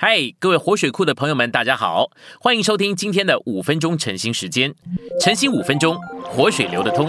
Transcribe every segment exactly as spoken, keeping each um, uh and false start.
嗨，各位活水库的朋友们，大家好，欢迎收听今天的五分钟晨兴时间。晨兴五分钟，活水流得通。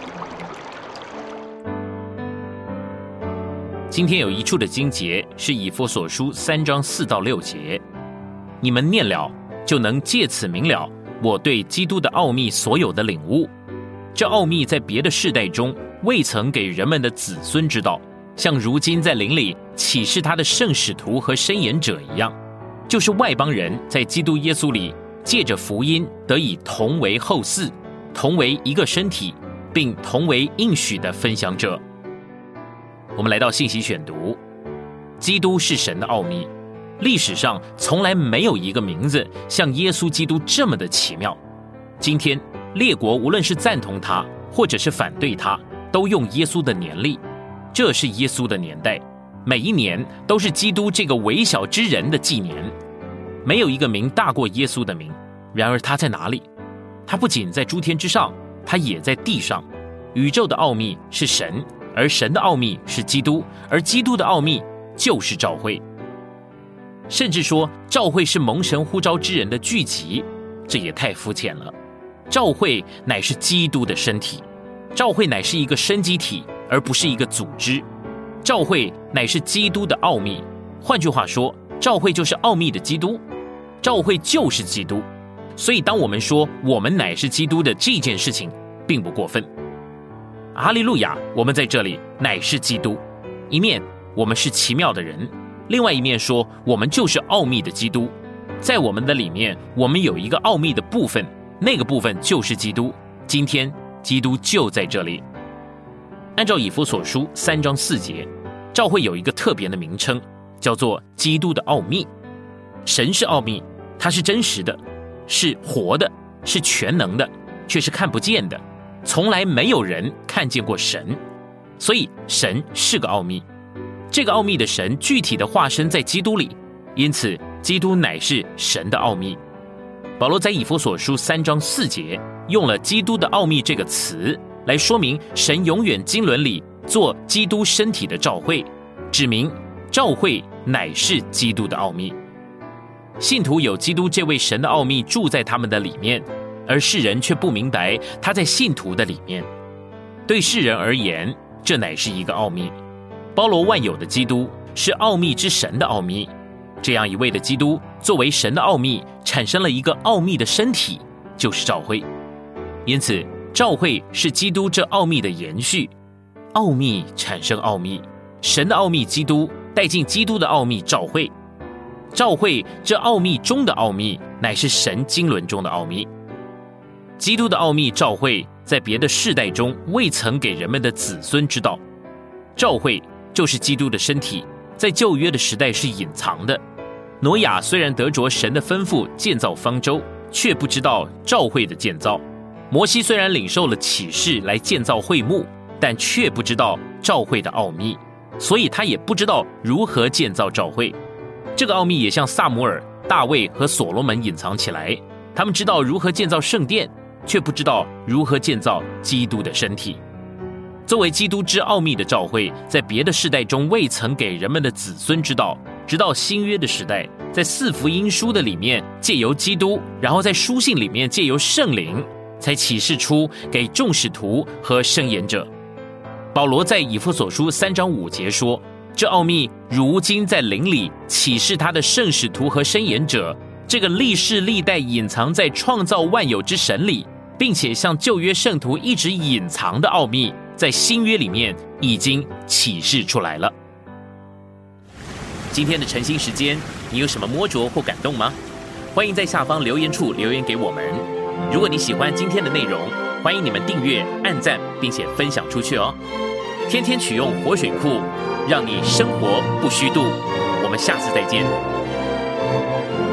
今天有一处的经节是以弗所书三章四到六节，你们念了，就能借此明了我对基督的奥秘所有的领悟。这奥秘在别的世代中未曾给人们的子孙知道，像如今在灵里启示他的圣使徒和申言者一样，就是外邦人在基督耶稣里借着福音得以同为后嗣，同为一个身体，并同为应许的分享者。我们来到信息选读，基督是神的奥秘，历史上从来没有一个名字像耶稣基督这么的奇妙。今天列国无论是赞同他或者是反对他，都用耶稣的年历，这是耶稣的年代，每一年都是基督这个微小之人的纪年。没有一个名大过耶稣的名，然而他在哪里？他不仅在诸天之上，他也在地上。宇宙的奥秘是神，而神的奥秘是基督，而基督的奥秘就是召会。甚至说召会是蒙神呼召之人的聚集，这也太肤浅了。召会乃是基督的身体，召会乃是一个生机体，而不是一个组织。召会乃是基督的奥秘，换句话说，召会就是奥秘的基督，召会就是基督。所以当我们说我们乃是基督的这件事情并不过分。哈利路亚，我们在这里乃是基督，一面我们是奇妙的人，另外一面说我们就是奥秘的基督。在我们的里面，我们有一个奥秘的部分，那个部分就是基督。今天基督就在这里。按照以弗所书三章四节，召会有一个特别的名称，叫做基督的奥秘。神是奥秘，他是真实的，是活的，是全能的，却是看不见的，从来没有人看见过神，所以神是个奥秘。这个奥秘的神具体的化身在基督里，因此基督乃是神的奥秘。保罗在以弗所书三章四节用了基督的奥秘这个词来说明神永远经纶里做基督身体的召会，指明召会乃是基督的奥秘。信徒有基督这位神的奥秘住在他们的里面，而世人却不明白他在信徒的里面。对世人而言，这乃是一个奥秘。包罗万有的基督是奥秘之神的奥秘，这样一位的基督作为神的奥秘，产生了一个奥秘的身体，就是召会。因此召会是基督这奥秘的延续，奥秘产生奥秘，神的奥秘基督带进基督的奥秘召会，召会这奥秘中的奥秘乃是神经纶中的奥秘。基督的奥秘召会在别的世代中未曾给人们的子孙知道，召会就是基督的身体，在旧约的时代是隐藏的。挪亚虽然得着神的吩咐建造方舟，却不知道召会的建造。摩西虽然领受了启示来建造会幕，但却不知道召会的奥秘，所以他也不知道如何建造召会。这个奥秘也向撒母耳、大卫和所罗门隐藏起来，他们知道如何建造圣殿，却不知道如何建造基督的身体。作为基督之奥秘的召会，在别的世代中未曾给人们的子孙知道，直到新约的时代，在四福音书的里面借由基督，然后在书信里面借由圣灵，才启示出给众使徒和申言者。保罗在以弗所书三章五节说，这奥秘如今在灵里启示他的圣使徒和申言者，这个历世历代隐藏在创造万有之神里，并且向旧约圣徒一直隐藏的奥秘，在新约里面已经启示出来了。今天的晨兴时间，你有什么摸着或感动吗？欢迎在下方留言处留言给我们。如果你喜欢今天的内容，欢迎你们订阅、按赞，并且分享出去哦。天天取用活水库，让你生活不虚度。我们下次再见。